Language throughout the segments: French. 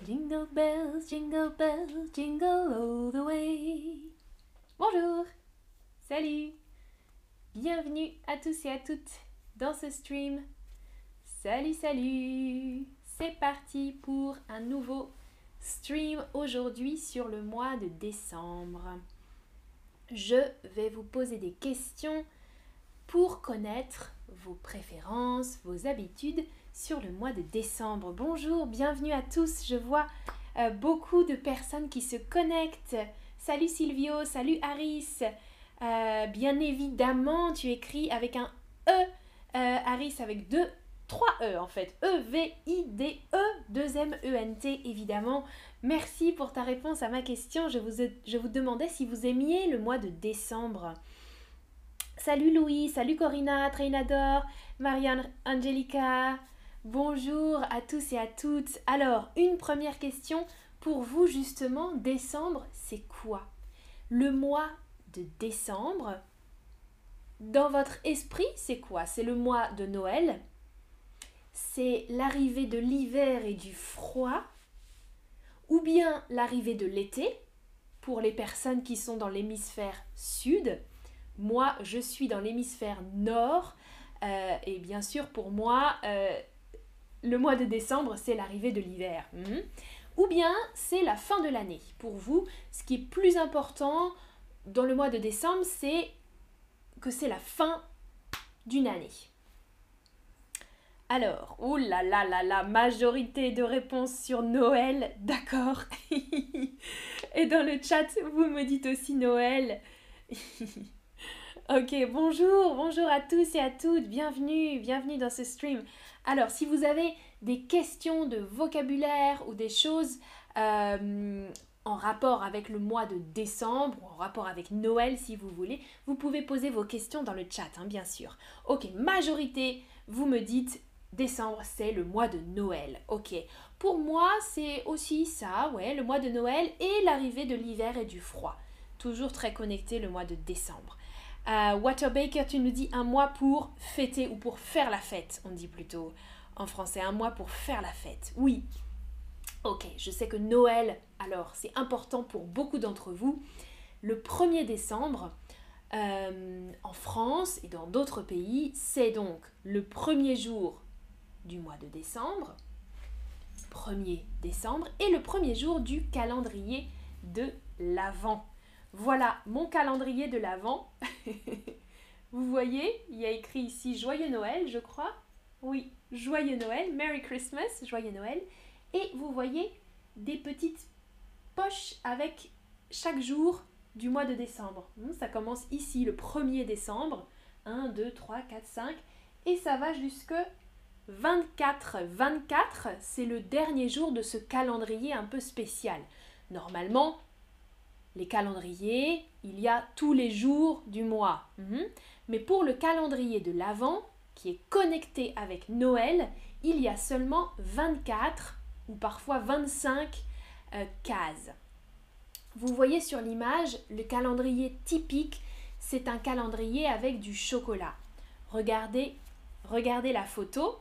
Jingle bells, jingle all the way. Bonjour, salut, bienvenue à tous et à toutes dans ce stream. Salut, salut, c'est parti pour un nouveau stream aujourd'hui sur le mois de décembre. Je vais vous poser des questions pour connaître vos préférences, vos habitudes sur le mois de décembre. Bonjour, bienvenue à tous. Je vois beaucoup de personnes qui se connectent. Salut Silvio, salut Aris. Bien évidemment, tu écris avec un E, Aris avec trois E en fait. E-V-I-D-E, deuxième E-N-T évidemment. Merci pour ta réponse à ma question. Je vous demandais si vous aimiez le mois de décembre. Salut Louis, salut Corinna, Trainador, Marianne, Angelica. Bonjour à tous et à toutes. Alors, une première question pour vous justement, décembre, c'est quoi? Le mois de décembre, dans votre esprit, c'est quoi? C'est le mois de Noël? C'est l'arrivée de l'hiver et du froid? Ou bien l'arrivée de l'été pour les personnes qui sont dans l'hémisphère sud? Moi, je suis dans l'hémisphère nord et bien sûr pour moi, le mois de décembre, c'est l'arrivée de l'hiver. Ou bien c'est la fin de l'année. Pour vous, ce qui est plus important dans le mois de décembre, c'est que c'est la fin d'une année. Alors, oh là là là là, majorité de réponses sur Noël, d'accord. Et dans le chat, vous me dites aussi Noël. Ok, bonjour à tous et à toutes, bienvenue dans ce stream. Alors, si vous avez des questions de vocabulaire ou des choses en rapport avec le mois de décembre, ou en rapport avec Noël si vous voulez, vous pouvez poser vos questions dans le chat, bien sûr. Ok, majorité, vous me dites décembre, c'est le mois de Noël. Ok, pour moi, c'est aussi ça, ouais, le mois de Noël et l'arrivée de l'hiver et du froid. Toujours très connecté le mois de décembre. Waterbaker, tu nous dis un mois pour fêter ou pour faire la fête, on dit plutôt en français, un mois pour faire la fête. Oui, ok, je sais que Noël, alors c'est important pour beaucoup d'entre vous. Le 1er décembre, en France et dans d'autres pays, c'est donc le premier jour du mois de décembre, 1er décembre, et le premier jour du calendrier de l'Avent. Voilà mon calendrier de l'Avent. Vous voyez, il y a écrit ici Joyeux Noël, je crois. Oui, Joyeux Noël, Merry Christmas, Joyeux Noël. Et vous voyez des petites poches avec chaque jour du mois de décembre. Ça commence ici le 1er décembre. 1, 2, 3, 4, 5. Et ça va jusque 24. 24, c'est le dernier jour de ce calendrier un peu spécial. Normalement, les calendriers, il y a tous les jours du mois. Mais pour le calendrier de l'Avent, qui est connecté avec Noël, il y a seulement 24 ou parfois 25 cases. Vous voyez sur l'image, le calendrier typique, c'est un calendrier avec du chocolat. Regardez la photo.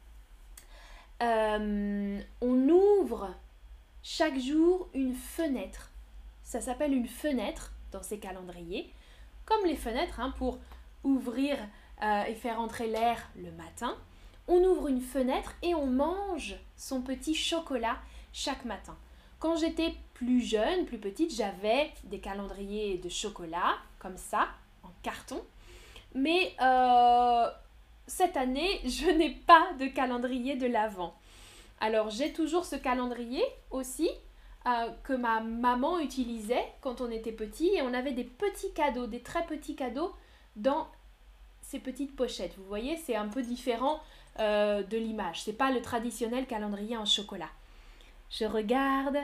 On ouvre chaque jour une fenêtre. Ça s'appelle une fenêtre dans ces calendriers, comme les fenêtres pour ouvrir et faire entrer l'air le matin. On ouvre une fenêtre et on mange son petit chocolat chaque matin. Quand j'étais plus jeune, plus petite, j'avais des calendriers de chocolat, comme ça, en carton. Mais cette année, je n'ai pas de calendrier de l'Avent. Alors j'ai toujours ce calendrier aussi, que ma maman utilisait quand on était petit, et on avait des petits cadeaux, des très petits cadeaux dans ces petites pochettes. Vous voyez, c'est un peu différent de l'image. C'est pas le traditionnel calendrier en chocolat. Je regarde.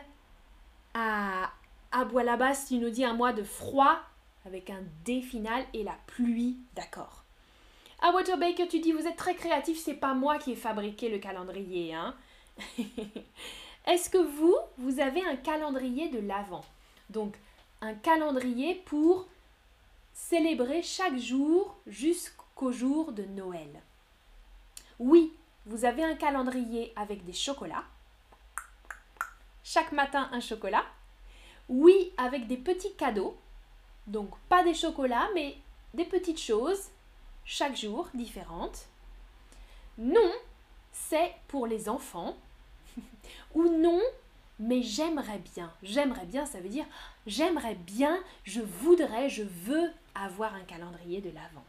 À Bois-la-Basse, tu nous dis un mois de froid avec un D final et la pluie, d'accord. À Waterbaker, tu dis vous êtes très créatif, c'est pas moi qui ai fabriqué le calendrier, Est-ce que vous avez un calendrier de l'Avent? Donc, un calendrier pour célébrer chaque jour jusqu'au jour de Noël. Oui, vous avez un calendrier avec des chocolats. chaque matin un chocolat. Oui, avec des petits cadeaux. Donc pas des chocolats, mais des petites choses, chaque jour, différentes. Non, c'est pour les enfants. Ou non, mais j'aimerais bien. J'aimerais bien, ça veut dire j'aimerais bien, je voudrais, je veux avoir un calendrier de l'Avent.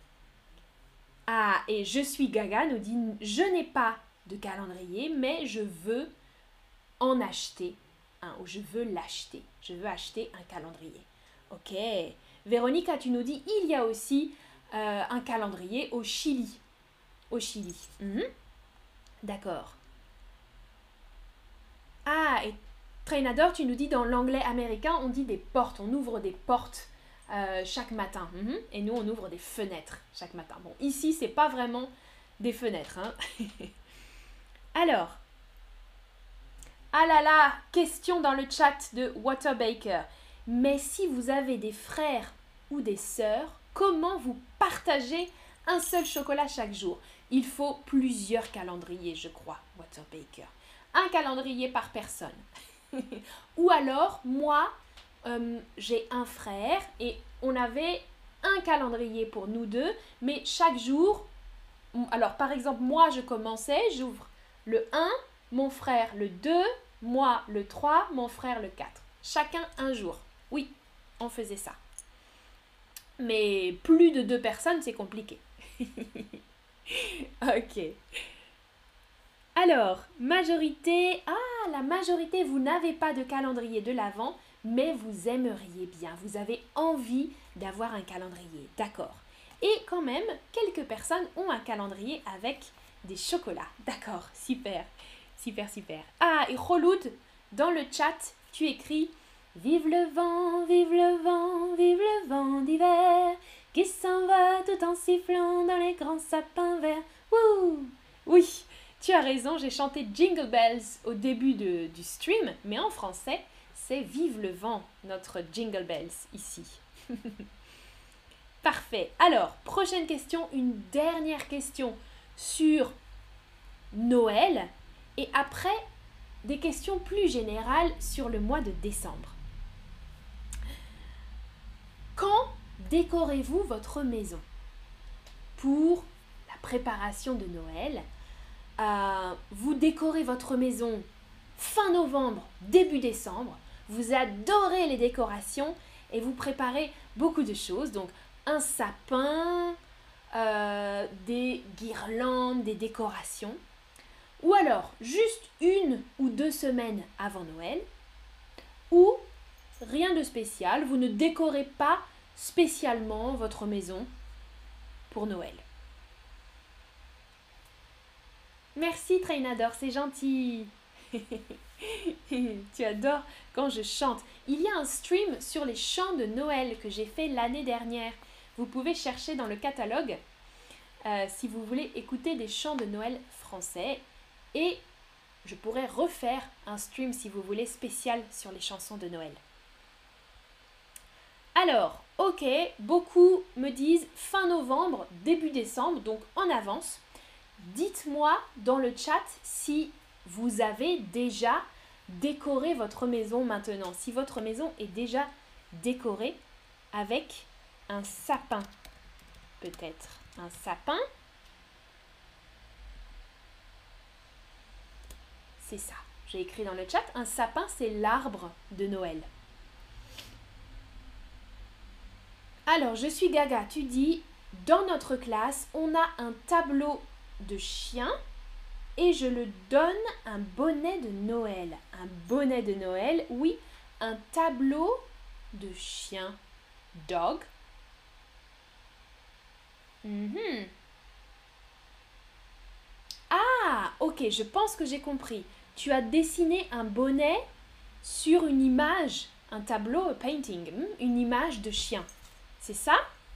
Ah, et je suis gaga nous dit je n'ai pas de calendrier, mais je veux en acheter un, ou je veux l'acheter. Je veux acheter un calendrier. Ok. Véronica, tu nous dis il y a aussi un calendrier au Chili. Au Chili. D'accord. Ah, et Trainador, tu nous dis dans l'anglais américain, on dit des portes, on ouvre des portes chaque matin. Et nous, on ouvre des fenêtres chaque matin. Bon, ici, c'est pas vraiment des fenêtres. Hein. Alors, ah là là, question dans le chat de Waterbaker. Mais si vous avez des frères ou des sœurs, comment vous partagez un seul chocolat chaque jour? Il faut plusieurs calendriers, je crois, Waterbaker. Un calendrier par personne. Ou alors, moi, j'ai un frère et on avait un calendrier pour nous deux, mais chaque jour, alors par exemple, moi je commençais, j'ouvre le 1, mon frère le 2, moi le 3, mon frère le 4. Chacun un jour. Oui, on faisait ça. Mais plus de 2 personnes, c'est compliqué. Ok. Alors, majorité. Ah, la majorité, vous n'avez pas de calendrier de l'Avent, mais vous aimeriez bien. Vous avez envie d'avoir un calendrier. D'accord. Et quand même, quelques personnes ont un calendrier avec des chocolats. D'accord, super. Super, super. Ah, et Kholoud, dans le chat, tu écris « Vive le vent, vive le vent, vive le vent d'hiver, qui s'en va tout en sifflant dans les grands sapins verts. » Wouh! Oui, tu as raison, j'ai chanté Jingle Bells au début du stream, mais en français, c'est « Vive le vent », notre Jingle Bells ici. Parfait. Alors, prochaine question, une dernière question sur Noël. Et après, des questions plus générales sur le mois de décembre. Quand décorez-vous votre maison? Pour la préparation de Noël, vous décorez votre maison fin novembre, début décembre. Vous adorez les décorations et vous préparez beaucoup de choses. Donc, un sapin, des guirlandes, des décorations. Ou alors, juste 1 ou 2 semaines avant Noël, ou rien de spécial, vous ne décorez pas spécialement votre maison pour Noël. Merci Trainador, c'est gentil. Tu adores quand je chante. Il y a un stream sur les chants de Noël que j'ai fait l'année dernière. Vous pouvez chercher dans le catalogue si vous voulez écouter des chants de Noël français. Et je pourrais refaire un stream, si vous voulez, spécial sur les chansons de Noël. Alors, ok, beaucoup me disent fin novembre, début décembre, donc en avance. Dites-moi dans le chat si vous avez déjà décoré votre maison maintenant. Si votre maison est déjà décorée avec un sapin, peut-être. Un sapin. C'est ça, j'ai écrit dans le chat, un sapin, c'est l'arbre de Noël. Alors, je suis gaga, tu dis, dans notre classe, on a un tableau de chien et je le donne un bonnet de Noël. Un bonnet de Noël, oui, un tableau de chien. Dog. Ah, ok, je pense que j'ai compris. Tu as dessiné un bonnet sur une image, un tableau, un painting, une image de chien. C'est ça?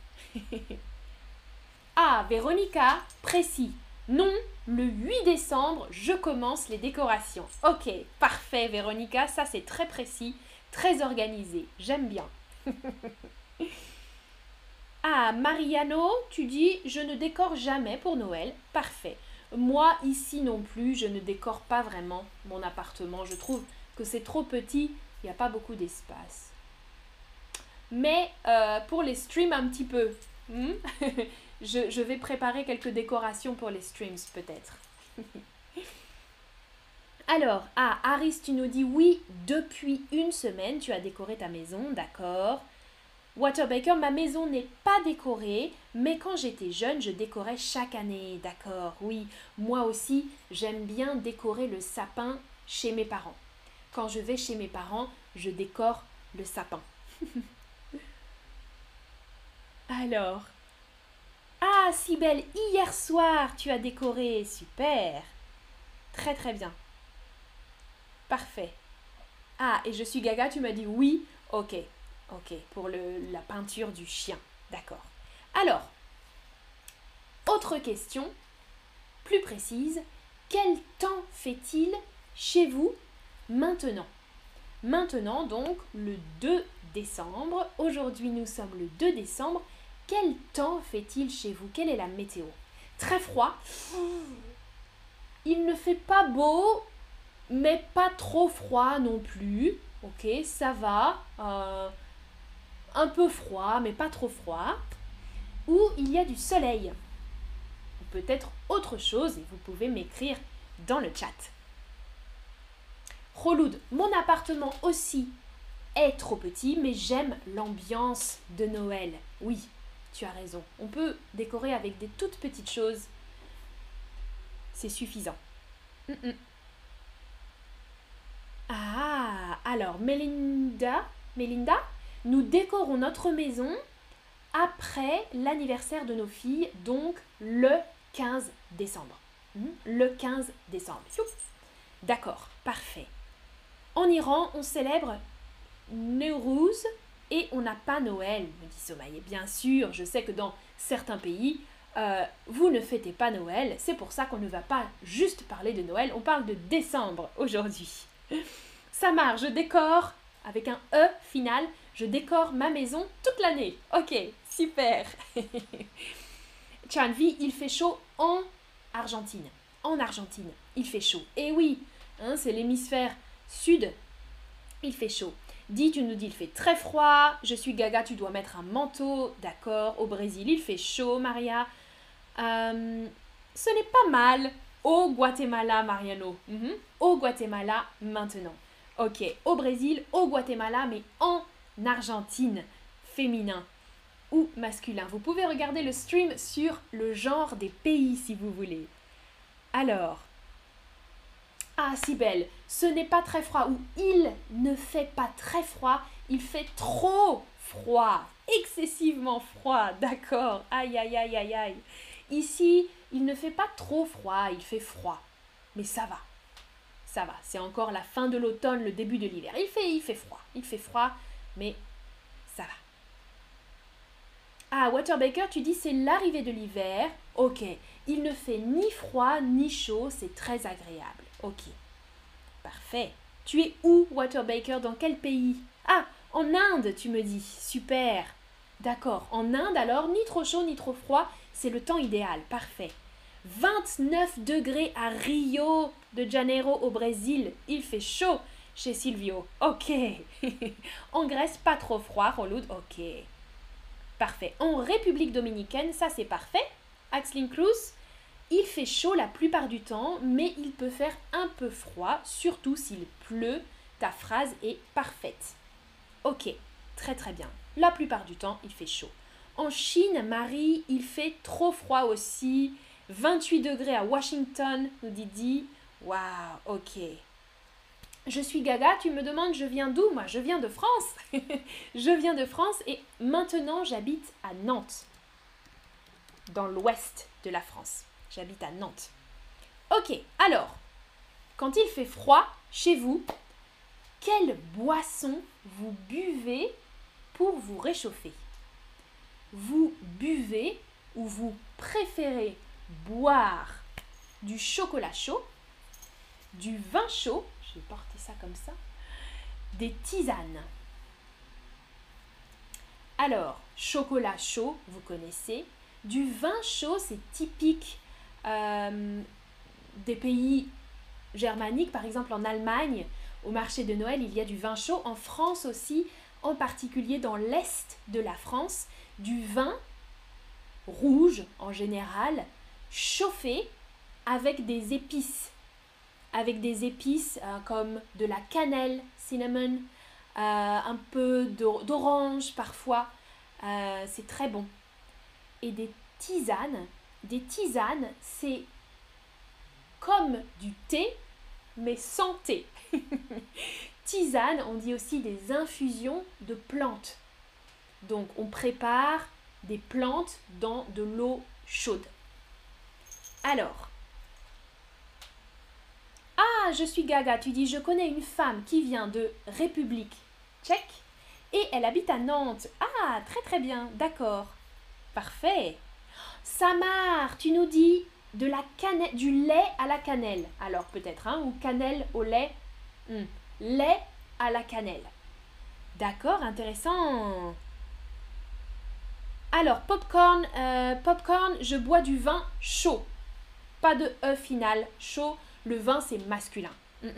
Ah, Véronica, précis. Non, le 8 décembre, je commence les décorations. Ok, parfait Véronica, ça c'est très précis, très organisé. J'aime bien. Ah, Mariano, tu dis, je ne décore jamais pour Noël. Parfait. Moi, ici non plus, je ne décore pas vraiment mon appartement. Je trouve que que c'est trop petit, il n'y a pas beaucoup d'espace. Mais pour les streams un petit peu, je vais préparer quelques décorations pour les streams peut-être. Alors, Aris, tu nous dis oui, depuis une semaine, tu as décoré ta maison, d'accord. Waterbaker, ma maison n'est pas décorée, mais quand j'étais jeune, je décorais chaque année, d'accord. Oui, moi aussi, j'aime bien décorer le sapin chez mes parents. Quand je vais chez mes parents, je décore le sapin. Alors, Cybèle, hier soir, tu as décoré, super. Très très bien. Parfait. Et je suis Gaga, tu m'as dit oui. Ok, pour la peinture du chien. D'accord. Alors, autre question, plus précise. Quel temps fait-il chez vous maintenant? Maintenant, donc, le 2 décembre. Aujourd'hui, nous sommes le 2 décembre. Quel temps fait-il chez vous? Quelle est la météo? Très froid. Il ne fait pas beau, mais pas trop froid non plus. Ok, ça va. Un peu froid, mais pas trop froid. Ou il y a du soleil. Ou peut-être autre chose, et vous pouvez m'écrire dans le chat. Roloud, mon appartement aussi est trop petit, mais j'aime l'ambiance de Noël. Oui, tu as raison. On peut décorer avec des toutes petites choses. C'est suffisant. Alors, Melinda, nous décorons notre maison après l'anniversaire de nos filles, donc le 15 décembre. Le 15 décembre. D'accord, parfait. En Iran, on célèbre Nowruz et on n'a pas Noël, me dit Somaï. Et bien sûr, je sais que dans certains pays, vous ne fêtez pas Noël. C'est pour ça qu'on ne va pas juste parler de Noël, on parle de décembre aujourd'hui. Samar, je décore, avec un E final, je décore ma maison toute l'année. Ok, super. Chanvi, il fait chaud en Argentine. En Argentine, il fait chaud. Et oui, c'est l'hémisphère sud, il fait chaud. Tu nous dis, il fait très froid. Je suis Gaga, tu dois mettre un manteau. D'accord. Au Brésil, il fait chaud, Maria. Ce n'est pas mal. Au Guatemala, Mariano. Au Guatemala, maintenant. Ok. Au Brésil, au Guatemala, mais en Argentine, féminin ou masculin. Vous pouvez regarder le stream sur le genre des pays, si vous voulez. Alors... Cybèle, ce n'est pas très froid, ou il ne fait pas très froid, il fait trop froid, excessivement froid, d'accord, aïe aïe aïe aïe aïe. Ici, il ne fait pas trop froid, il fait froid, mais ça va, c'est encore la fin de l'automne, le début de l'hiver, il fait froid, mais ça va. Waterbaker, tu dis c'est l'arrivée de l'hiver, ok, il ne fait ni froid ni chaud, c'est très agréable. Ok, parfait. Tu es où, Waterbaker? Dans quel pays? En Inde, tu me dis. Super. D'accord, en Inde alors, ni trop chaud ni trop froid, c'est le temps idéal. Parfait. 29 degrés à Rio de Janeiro au Brésil. Il fait chaud chez Silvio. Ok. En Grèce, pas trop froid, Roloud. Ok. Parfait. En République dominicaine, ça c'est parfait. Axeline Cruz. Il fait chaud la plupart du temps, mais il peut faire un peu froid, surtout s'il pleut. Ta phrase est parfaite. Ok, très très bien. La plupart du temps, il fait chaud. En Chine, Marie, il fait trop froid aussi. 28 degrés à Washington, nous dit Didi. Waouh, ok. Je suis Gaga, tu me demandes je viens d'où? Moi, je viens de France. Je viens de France et maintenant j'habite à Nantes, dans l'ouest de la France. J'habite à Nantes. Ok, alors, quand il fait froid chez vous, quelle boisson vous buvez pour vous réchauffer? Vous buvez ou vous préférez boire du chocolat chaud, du vin chaud, je vais porter ça comme ça, des tisanes. Alors, chocolat chaud, vous connaissez. Du vin chaud, c'est typique des pays germaniques, par exemple en Allemagne, au marché de Noël, il y a du vin chaud. En France aussi, en particulier dans l'est de la France, du vin rouge en général, chauffé avec des épices. Avec des épices comme de la cannelle, cinnamon, un peu d'orange parfois. C'est très bon. Et des tisanes, c'est comme du thé, mais sans thé. Tisane, on dit aussi des infusions de plantes. Donc, on prépare des plantes dans de l'eau chaude. Alors, je suis Gaga, tu dis, je connais une femme qui vient de République tchèque et elle habite à Nantes. Ah, très très bien, d'accord. Parfait. Samar, tu nous dis du lait à la cannelle. Alors peut-être, ou cannelle au lait. Lait à la cannelle. D'accord, intéressant. Alors, popcorn, je bois du vin chaud. Pas de E final, chaud. Le vin, c'est masculin.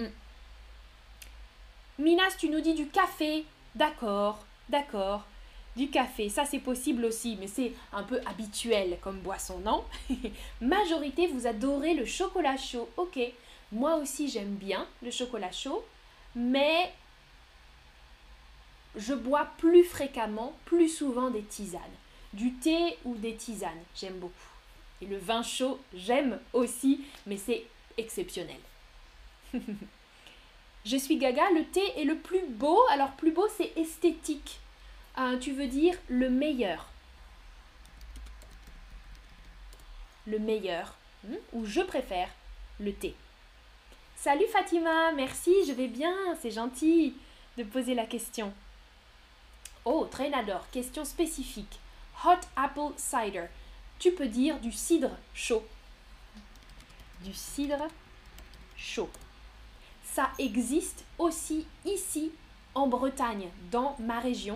Minas, tu nous dis du café. D'accord. Du café, ça c'est possible aussi, mais c'est un peu habituel comme boisson, non? Majorité, vous adorez le chocolat chaud. Ok, moi aussi j'aime bien le chocolat chaud, mais je bois plus fréquemment, plus souvent des tisanes. Du thé ou des tisanes, j'aime beaucoup. Et le vin chaud, j'aime aussi, mais c'est exceptionnel. Je suis Gaga, le thé est le plus beau. Alors plus beau, c'est esthétique. Tu veux dire le meilleur. Le meilleur. Ou je préfère le thé. Salut Fatima, merci, je vais bien. C'est gentil de poser la question. Oh, Trainador, question spécifique. Hot apple cider. Tu peux dire du cidre chaud. Du cidre chaud. Ça existe aussi ici en Bretagne, dans ma région.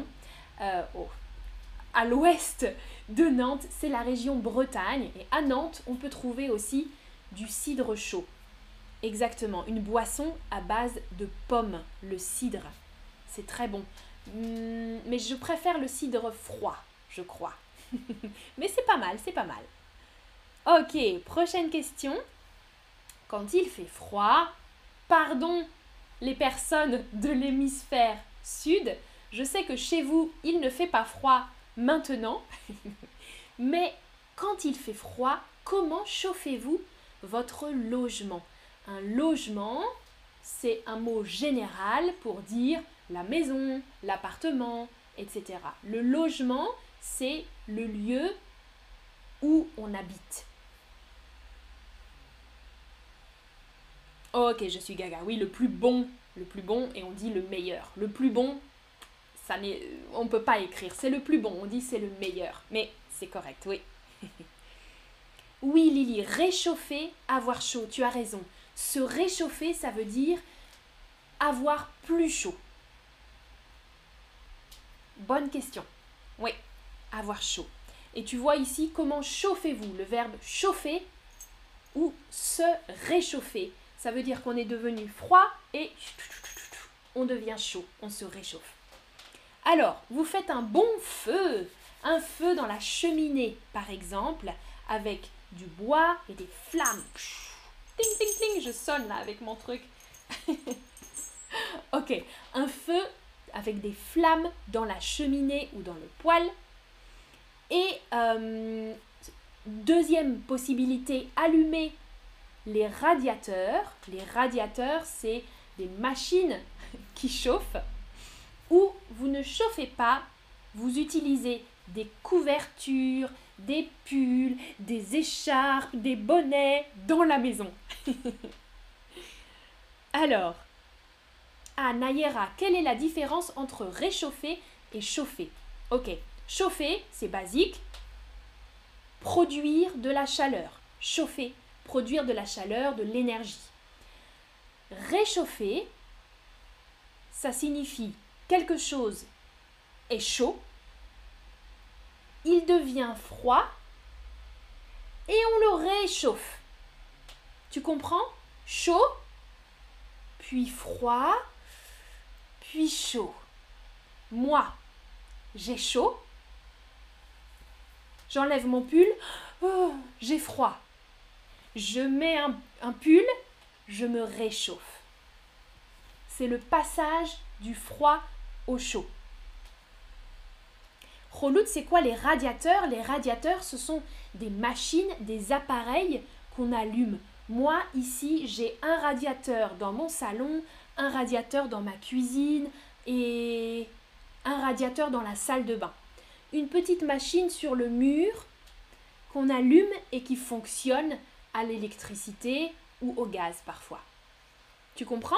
À l'ouest de Nantes, c'est la région Bretagne. Et à Nantes, on peut trouver aussi du cidre chaud. Exactement, une boisson à base de pommes, le cidre. C'est très bon. Mais je préfère le cidre froid, je crois. Mais c'est pas mal, c'est pas mal. Ok, prochaine question. Quand il fait froid, pardon les personnes de l'hémisphère sud, je sais que chez vous, il ne fait pas froid maintenant, mais quand il fait froid, comment chauffez-vous votre logement? Un logement, c'est un mot général pour dire la maison, l'appartement, etc. Le logement, c'est le lieu où on habite. Ok, je suis Gaga. Oui, le plus bon, et on dit le meilleur. Le plus bon, on ne peut pas écrire. C'est le plus bon, on dit c'est le meilleur. Mais c'est correct, oui. Oui, Lily, réchauffer, avoir chaud, tu as raison. Se réchauffer, ça veut dire avoir plus chaud. Bonne question. Oui, avoir chaud. Et tu vois ici comment chauffez-vous, le verbe chauffer ou se réchauffer. Ça veut dire qu'on est devenu froid et on devient chaud, on se réchauffe. Alors, vous faites un bon feu, un feu dans la cheminée par exemple, avec du bois et des flammes. Ting, ting, ting, je sonne là avec mon truc. Ok, un feu avec des flammes dans la cheminée ou dans le poêle. Et deuxième possibilité, allumer les radiateurs. Les radiateurs, c'est des machines qui chauffent. Ou vous ne chauffez pas, vous utilisez des couvertures, des pulls, des écharpes, des bonnets dans la maison. Alors, Nayera, quelle est la différence entre réchauffer et chauffer? Ok, chauffer, c'est basique. Produire de la chaleur. Chauffer, produire de la chaleur, de l'énergie. Réchauffer, ça signifie quelque chose est chaud, il devient froid et on le réchauffe. Tu comprends? Chaud, puis froid, puis chaud. Moi, j'ai chaud. J'enlève mon pull, oh, j'ai froid. Je mets un pull, je me réchauffe. C'est le passage du froid au chaud. Kholoud, c'est quoi les radiateurs? Les radiateurs, ce sont des machines, des appareils qu'on allume. Moi, ici, j'ai un radiateur dans mon salon, un radiateur dans ma cuisine et un radiateur dans la salle de bain. Une petite machine sur le mur qu'on allume et qui fonctionne à l'électricité ou au gaz parfois. Tu comprends?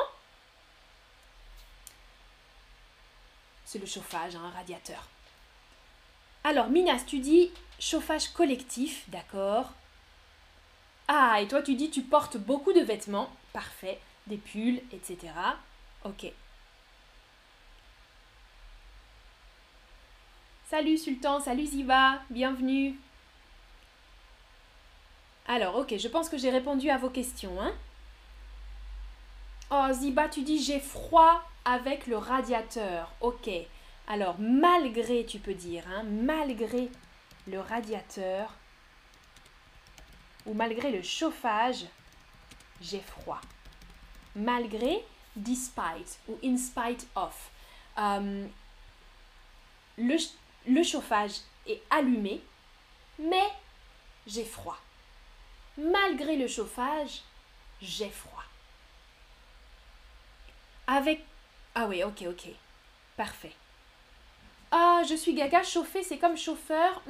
C'est le chauffage, un radiateur. Alors, Minas, tu dis chauffage collectif, d'accord. Ah, et toi, tu dis tu portes beaucoup de vêtements, parfait, des pulls, etc. Ok. Salut Sultan, salut Ziva, bienvenue. Alors, ok, je pense que j'ai répondu à vos questions, hein. Oh, Ziba, tu dis j'ai froid avec le radiateur. Ok. Alors, malgré, tu peux dire, hein, malgré le radiateur ou malgré le chauffage, j'ai froid. Malgré, despite ou in spite of. Le chauffage est allumé, mais j'ai froid. Malgré le chauffage, j'ai froid. Avec... Ah oui, ok. Parfait. Ah, je suis gaga, chauffer, c'est comme chauffeur.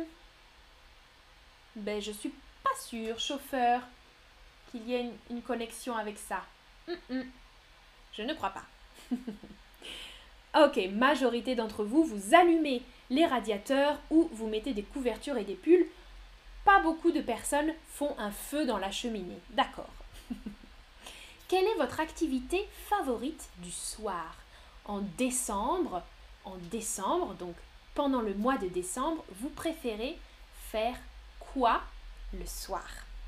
Ben, je suis pas sûre, chauffeur, qu'il y ait une connexion avec ça. Je ne crois pas. Ok, majorité d'entre vous, vous allumez les radiateurs ou vous mettez des couvertures et des pulls. Pas beaucoup de personnes font un feu dans la cheminée. D'accord. Quelle est votre activité favorite du soir? En décembre, donc pendant le mois de décembre, vous préférez faire quoi le soir?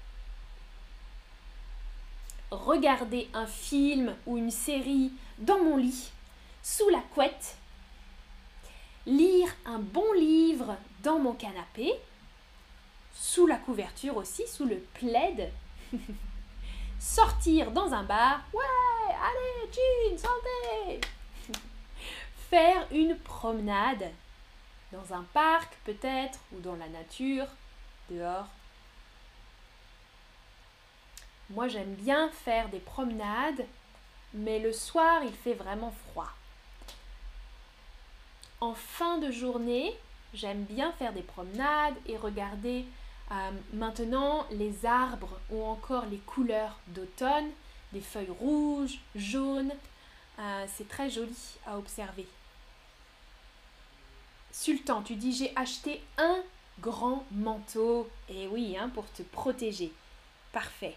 Regarder un film ou une série dans mon lit, sous la couette, lire un bon livre dans mon canapé, sous la couverture aussi, sous le plaid, sortir dans un bar, ouais, allez, jean, santé, faire une promenade dans un parc peut-être ou dans la nature, dehors. Moi j'aime bien faire des promenades, mais le soir il fait vraiment froid. En fin de journée, j'aime bien faire des promenades et regarder maintenant les arbres ou encore les couleurs d'automne, des feuilles rouges, jaunes. C'est très joli à observer. Sultan, tu dis j'ai acheté un grand manteau. Eh oui, hein, pour te protéger. Parfait.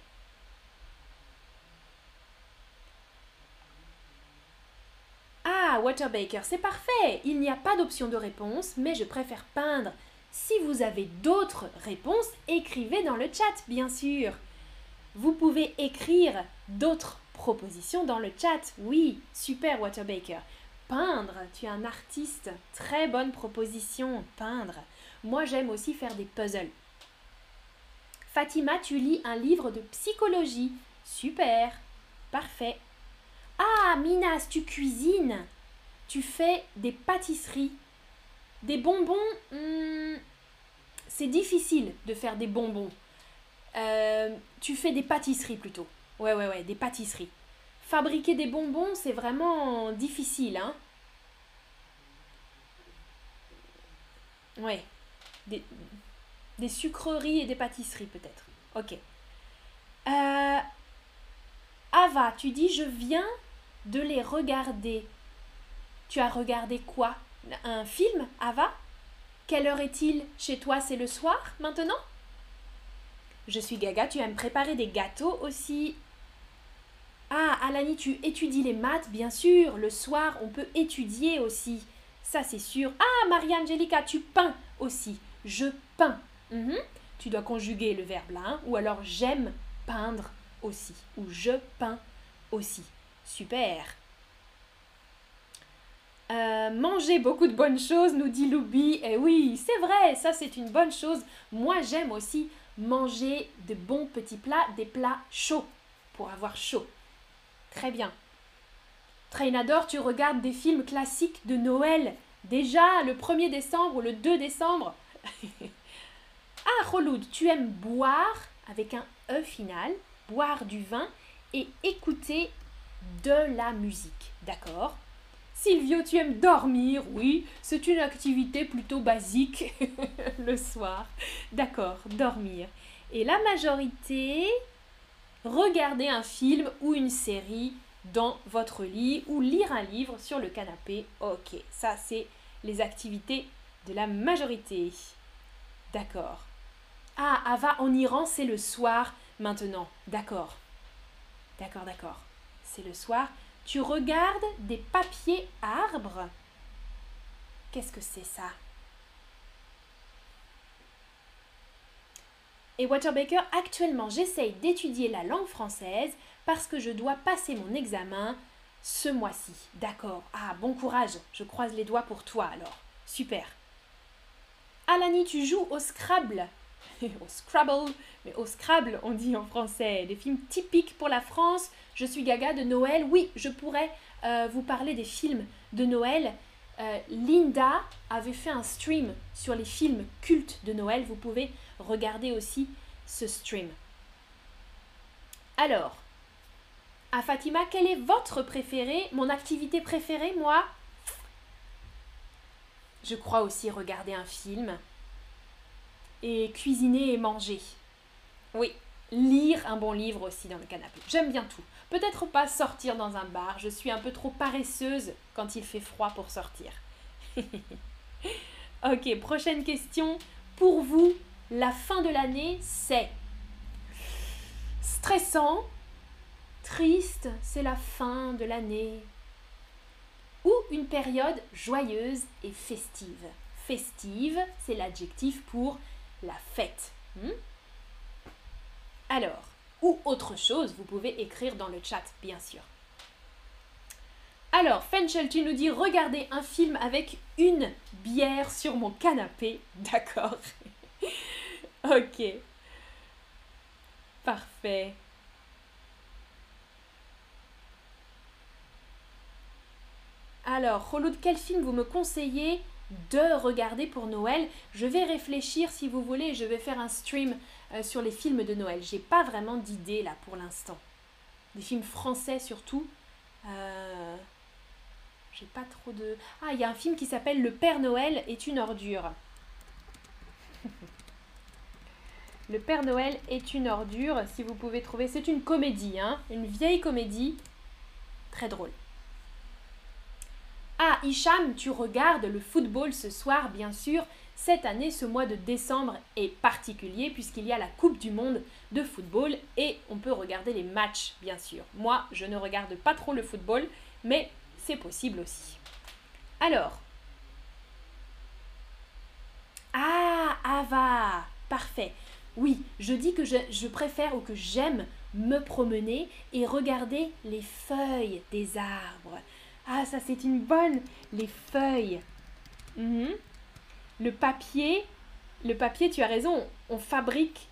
Ah, Waterbaker, c'est parfait. Il n'y a pas d'option de réponse, mais je préfère peindre. Si vous avez d'autres réponses, écrivez dans le chat, bien sûr. Vous pouvez écrire d'autres propositions dans le chat. Oui, super Waterbaker. Peindre, tu es un artiste. Très bonne proposition, peindre. Moi, j'aime aussi faire des puzzles. Fatima, tu lis un livre de psychologie. Super, parfait. Ah, Minas, tu cuisines. Tu fais des pâtisseries. Des bonbons, c'est difficile de faire des bonbons. Tu fais des pâtisseries plutôt. Ouais, des pâtisseries. Fabriquer des bonbons, c'est vraiment difficile, hein. Ouais. Des sucreries et des pâtisseries peut-être. Ok. Ava, tu dis je viens de les regarder. Tu as regardé quoi? Un film, Ava? Quelle heure est-il chez toi? C'est le soir maintenant? Je suis gaga, tu aimes préparer des gâteaux aussi. Ah, Alani, tu étudies les maths, bien sûr. Le soir, on peut étudier aussi. Ça, c'est sûr. Ah, Maria-Angelica, tu peins aussi. Je peins. Tu dois conjuguer le verbe là, hein? Ou alors j'aime peindre aussi. Ou je peins aussi. Super. Manger beaucoup de bonnes choses, nous dit Loubi. Et oui, c'est vrai, ça c'est une bonne chose. Moi j'aime aussi manger de bons petits plats, des plats chauds, pour avoir chaud. Très bien. Trainador, tu regardes des films classiques de Noël, déjà le 1er décembre ou le 2 décembre. Ah, Kholoud, tu aimes boire, avec un E final, boire du vin et écouter de la musique, d'accord? Silvio, tu aimes dormir, oui, c'est une activité plutôt basique le soir. D'accord, dormir. Et la majorité, regarder un film ou une série dans votre lit ou lire un livre sur le canapé. Ok, ça c'est les activités de la majorité. D'accord. Ah, Ava, en Iran, c'est le soir maintenant. D'accord. D'accord, d'accord. C'est le soir. Tu regardes des papiers arbres. Qu'est-ce que c'est ça? Et Waterbaker, actuellement, j'essaye d'étudier la langue française parce que je dois passer mon examen ce mois-ci. D'accord. Ah, bon courage. Je croise les doigts pour toi alors. Super. Alani, tu joues au Scrabble. Au Scrabble, mais au Scrabble, on dit en français. Des films typiques pour la France. Je suis gaga de Noël. Oui, je pourrais vous parler des films de Noël. Linda avait fait un stream sur les films cultes de Noël. Vous pouvez regarder aussi ce stream. Alors, à Fatima, quel est votre préféré? Mon activité préférée, moi? Je crois aussi regarder un film et cuisiner et manger. Oui, lire un bon livre aussi dans le canapé. J'aime bien tout. Peut-être pas sortir dans un bar, je suis un peu trop paresseuse quand il fait froid pour sortir. Ok, prochaine question. Pour vous, la fin de l'année, c'est stressant, triste, c'est la fin de l'année, ou une période joyeuse et festive. Festive, c'est l'adjectif pour la fête. Alors, ou autre chose, vous pouvez écrire dans le chat, bien sûr. Alors, Fenchel, tu nous dis regarder un film avec une bière sur mon canapé. D'accord. Ok. Parfait. Alors, Kholoud, quel film vous me conseillez de regarder pour Noël? Je vais réfléchir si vous voulez, je vais faire un stream sur les films de Noël. J'ai pas vraiment d'idée là pour l'instant. Des films français surtout. J'ai pas trop de... Ah, il y a un film qui s'appelle Le Père Noël est une ordure. Le Père Noël est une ordure, si vous pouvez trouver. C'est une comédie, hein, une vieille comédie. Très drôle. Ah, Hicham, tu regardes le football ce soir, bien sûr. Cette année, ce mois de décembre est particulier puisqu'il y a la Coupe du Monde de football et on peut regarder les matchs, bien sûr. Moi, je ne regarde pas trop le football, mais c'est possible aussi. Alors. Ah, Ava, parfait. Oui, je dis que je préfère ou que j'aime me promener et regarder les feuilles des arbres. Ah, ça c'est une bonne. Les feuilles. Le papier, tu as raison, on fabrique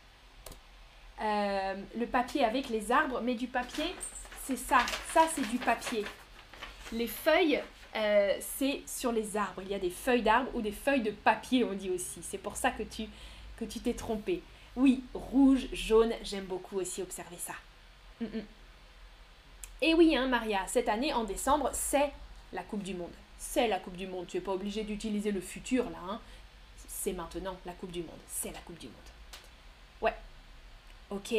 le papier avec les arbres, mais du papier, c'est ça c'est du papier. Les feuilles, c'est sur les arbres. Il y a des feuilles d'arbres ou des feuilles de papier, on dit aussi. C'est pour ça que tu t'es trompé. Oui, rouge, jaune, j'aime beaucoup aussi observer ça. Et oui, hein, Maria, cette année, en décembre, c'est la Coupe du Monde. C'est la Coupe du Monde. Tu n'es pas obligé d'utiliser le futur, là. Hein. C'est maintenant la Coupe du Monde. C'est la Coupe du Monde. Ouais. Ok.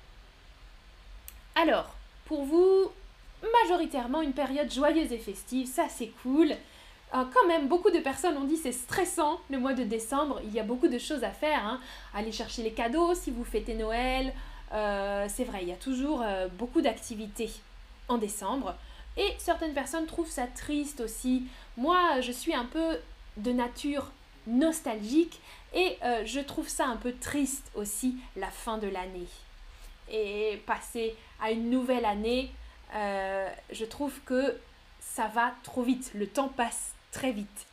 Alors, pour vous, majoritairement, une période joyeuse et festive, ça c'est cool. Quand même, beaucoup de personnes ont dit c'est stressant le mois de décembre. Il y a beaucoup de choses à faire. Hein. Aller chercher les cadeaux si vous fêtez Noël. C'est vrai, il y a toujours beaucoup d'activités en décembre. Et certaines personnes trouvent ça triste aussi. Moi, je suis un peu de nature nostalgique et je trouve ça un peu triste aussi, la fin de l'année. Et passer à une nouvelle année, je trouve que ça va trop vite. Le temps passe très vite.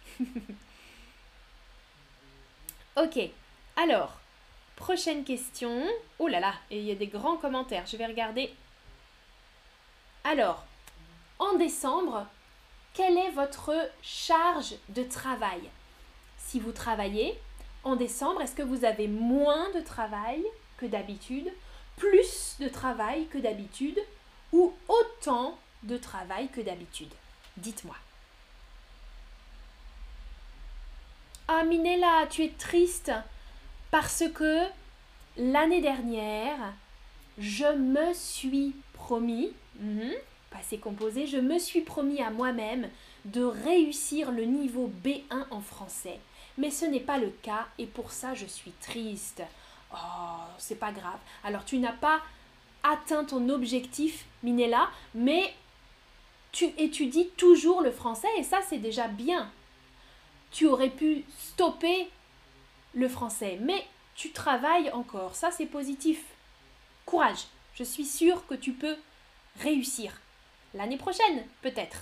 Ok, alors, prochaine question. Oh là là, il y a des grands commentaires. Je vais regarder. Alors, en décembre, quelle est votre charge de travail? Si vous travaillez en décembre, est-ce que vous avez moins de travail que d'habitude, plus de travail que d'habitude ou autant de travail que d'habitude? Dites-moi. Ah Minella, tu es triste parce que l'année dernière, je me suis promis, passé composé, je me suis promis à moi-même de réussir le niveau B1 en français. Mais ce n'est pas le cas et pour ça je suis triste. Oh, c'est pas grave. Alors tu n'as pas atteint ton objectif, Minella, mais tu étudies toujours le français et ça c'est déjà bien. Tu aurais pu stopper le français, mais tu travailles encore, ça c'est positif. Courage, je suis sûre que tu peux réussir. L'année prochaine, peut-être.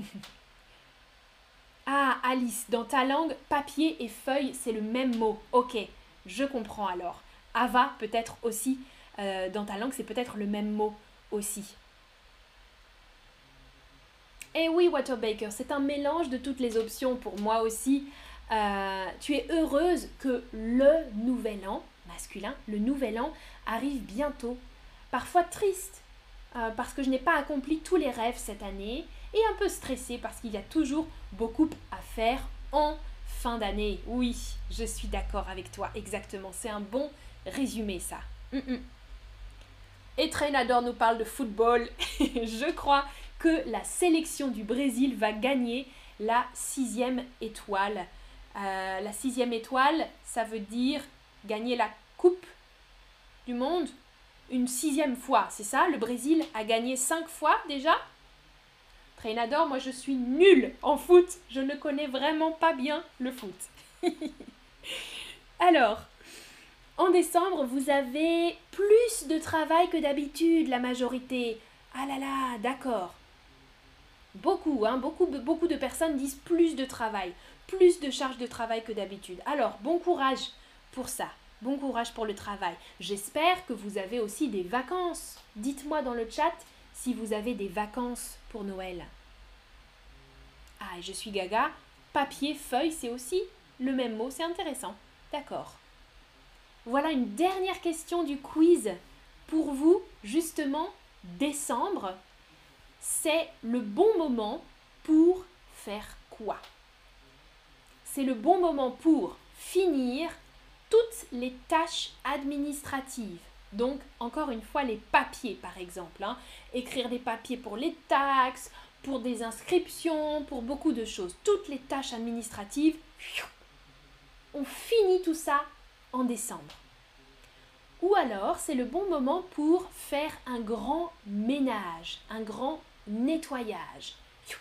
Ah, Alice, dans ta langue, papier et feuille, c'est le même mot. Ok, je comprends alors. Ava, peut-être aussi, dans ta langue, c'est peut-être le même mot aussi. Eh oui, Waterbaker, c'est un mélange de toutes les options pour moi aussi. Tu es heureuse que le nouvel an, masculin, le nouvel an arrive bientôt. Parfois triste, parce que je n'ai pas accompli tous les rêves cette année et un peu stressée parce qu'il y a toujours beaucoup à faire en fin d'année. Oui, je suis d'accord avec toi, exactement. C'est un bon résumé, ça. Et Treinador nous parle de football. Je crois que la sélection du Brésil va gagner la 6e étoile. La 6e étoile, ça veut dire gagner la Coupe du Monde une 6e fois, c'est ça? Le Brésil a gagné 5 fois déjà? Treinador, moi je suis nulle en foot. Je ne connais vraiment pas bien le foot. Alors, en décembre, vous avez plus de travail que d'habitude, la majorité. Ah là là, d'accord. Beaucoup, hein, beaucoup de personnes disent plus de travail, plus de charge de travail que d'habitude. Alors, bon courage pour ça. Bon courage pour le travail. J'espère que vous avez aussi des vacances. Dites-moi dans le chat si vous avez des vacances pour Noël. Ah, et je suis gaga. Papier, feuille, c'est aussi le même mot. C'est intéressant. D'accord. Voilà une dernière question du quiz. Pour vous, justement, décembre, c'est le bon moment pour faire quoi? C'est le bon moment pour finir toutes les tâches administratives. Donc, encore une fois, les papiers, par exemple. Écrire des papiers pour les taxes, pour des inscriptions, pour beaucoup de choses. Toutes les tâches administratives, on finit tout ça en décembre. Ou alors, c'est le bon moment pour faire un grand ménage, un grand nettoyage.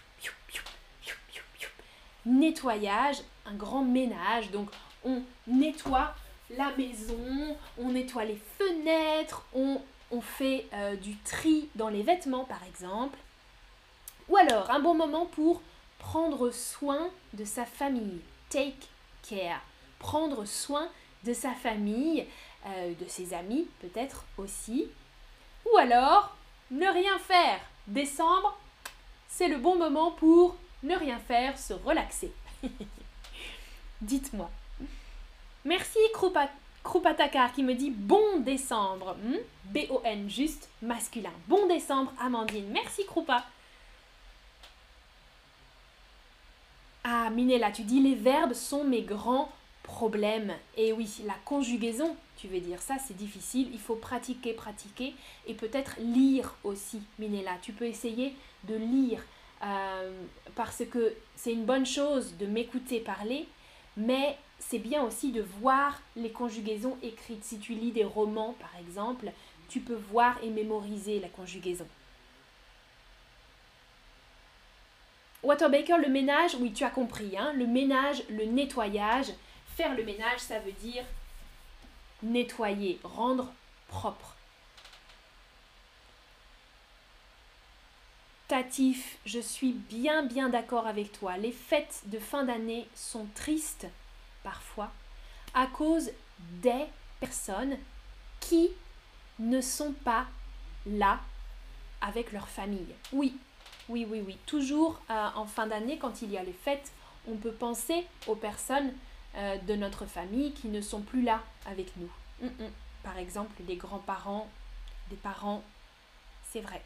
Nettoyage, un grand ménage. Donc, on nettoie la maison, on nettoie les fenêtres, on fait du tri dans les vêtements, par exemple. Ou alors, un bon moment pour prendre soin de sa famille. Take care. Prendre soin de sa famille, de ses amis peut-être aussi. Ou alors, ne rien faire. Décembre, c'est le bon moment pour ne rien faire, se relaxer. Dites-moi. Merci Krupatakar qui me dit bon décembre. B-O-N, juste masculin. Bon décembre, Amandine. Merci Krupa. Ah, Minella, tu dis les verbes sont mes grands problèmes. Et oui, la conjugaison, tu veux dire, ça c'est difficile. Il faut pratiquer et peut-être lire aussi, Minella. Tu peux essayer de lire parce que c'est une bonne chose de m'écouter parler, mais c'est bien aussi de voir les conjugaisons écrites. Si tu lis des romans, par exemple, tu peux voir et mémoriser la conjugaison. Waterbaker, le ménage, oui, tu as compris, hein, le ménage, le nettoyage. Faire le ménage, ça veut dire nettoyer, rendre propre. créatif, je suis bien d'accord avec toi. Les fêtes de fin d'année sont tristes parfois à cause des personnes qui ne sont pas là avec leur famille. Oui. Toujours en fin d'année, quand il y a les fêtes, on peut penser aux personnes de notre famille qui ne sont plus là avec nous. Par exemple, les grands-parents, les parents, c'est vrai.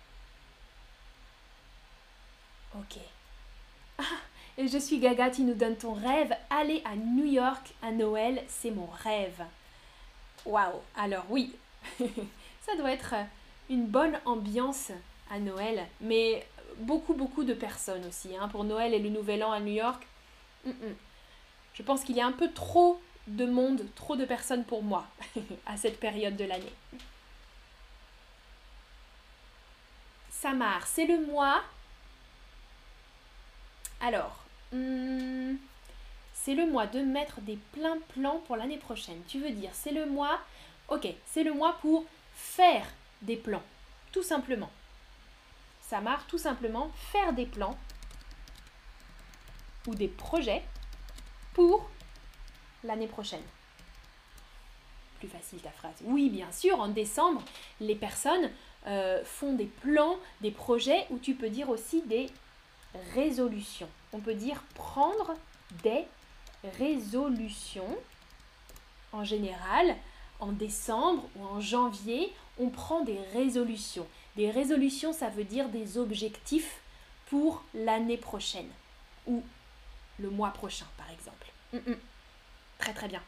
Ok. Ah, et je suis Gaga, tu nous donnes ton rêve. Aller à New York à Noël, c'est mon rêve. Waouh, alors oui, ça doit être une bonne ambiance à Noël, mais beaucoup de personnes aussi. Pour Noël et le Nouvel An à New York, je pense qu'il y a un peu trop de monde, trop de personnes pour moi à cette période de l'année. Samar, c'est le mois. Alors, c'est le mois de mettre des pleins plans pour l'année prochaine. Tu veux dire, c'est le mois, ok, c'est le mois pour faire des plans, tout simplement. Samar, tout simplement, faire des plans ou des projets pour l'année prochaine. Plus facile ta phrase. Oui, bien sûr, en décembre, les personnes font des plans, des projets, ou tu peux dire aussi des résolutions. On peut dire prendre des résolutions. En général, en décembre ou en janvier, on prend des résolutions. Des résolutions, ça veut dire des objectifs pour l'année prochaine ou le mois prochain, par exemple. Très bien.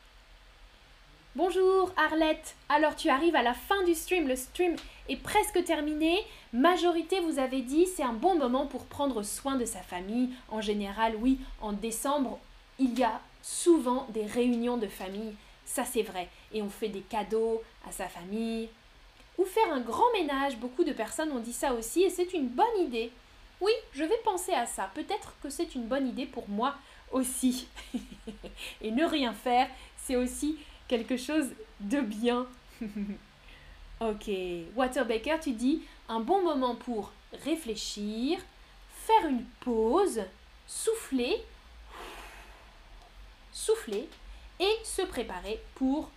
Bonjour Arlette, alors tu arrives à la fin du stream, le stream est presque terminé. Majorité, vous avez dit, c'est un bon moment pour prendre soin de sa famille. En général, oui, en décembre, il y a souvent des réunions de famille, ça c'est vrai. Et on fait des cadeaux à sa famille. Ou faire un grand ménage, beaucoup de personnes ont dit ça aussi et c'est une bonne idée. Oui, je vais penser à ça, peut-être que c'est une bonne idée pour moi aussi. Et ne rien faire, c'est aussi quelque chose de bien. Ok, Waterbaker, tu dis un bon moment pour réfléchir, faire une pause, souffler et se préparer pour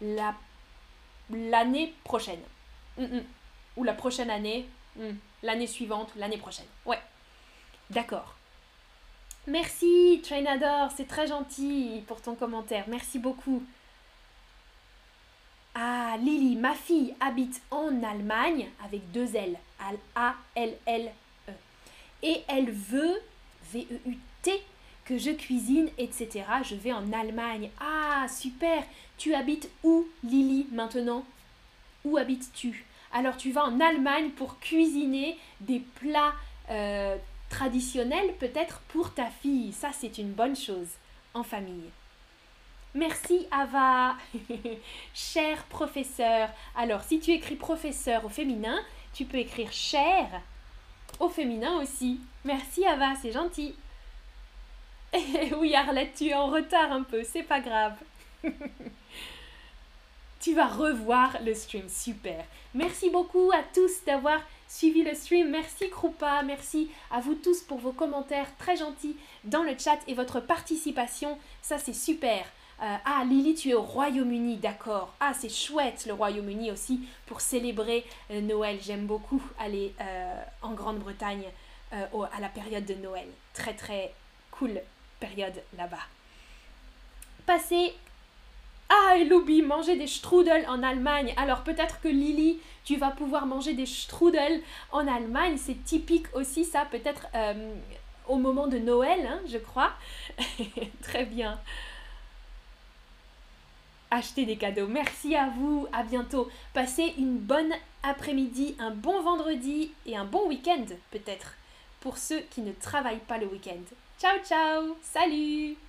l'année prochaine. Ou la prochaine année, l'année suivante, l'année prochaine. Ouais, d'accord. Merci Trainador, c'est très gentil pour ton commentaire, merci beaucoup. Ah, Lily, ma fille habite en Allemagne avec 2 L, A-L-L-E. Et elle veut, V-E-U-T, que je cuisine, etc. Je vais en Allemagne. Ah, super. Tu habites où, Lily, maintenant? Où habites-tu? Alors, tu vas en Allemagne pour cuisiner des plats traditionnels, peut-être pour ta fille. Ça, c'est une bonne chose, en famille. Merci Ava, cher professeur. Alors, si tu écris professeur au féminin, tu peux écrire cher au féminin aussi. Merci Ava, c'est gentil. Oui Arlette, tu es en retard un peu, c'est pas grave. Tu vas revoir le stream, super. Merci beaucoup à tous d'avoir suivi le stream. Merci Krupa, merci à vous tous pour vos commentaires très gentils dans le chat et votre participation, ça c'est super. Ah, Lily, tu es au Royaume-Uni, d'accord. Ah, c'est chouette, le Royaume-Uni aussi, pour célébrer Noël. J'aime beaucoup aller en Grande-Bretagne à la période de Noël. Très, très cool période là-bas. Passez... Ah, et Loubi, manger des strudels en Allemagne. Alors, peut-être que Lily, tu vas pouvoir manger des strudels en Allemagne. C'est typique aussi, ça, peut-être au moment de Noël, hein, je crois. Très bien. Acheter des cadeaux. Merci à vous, à bientôt. Passez une bonne après-midi, un bon vendredi et un bon week-end peut-être pour ceux qui ne travaillent pas le week-end. Ciao ciao, salut!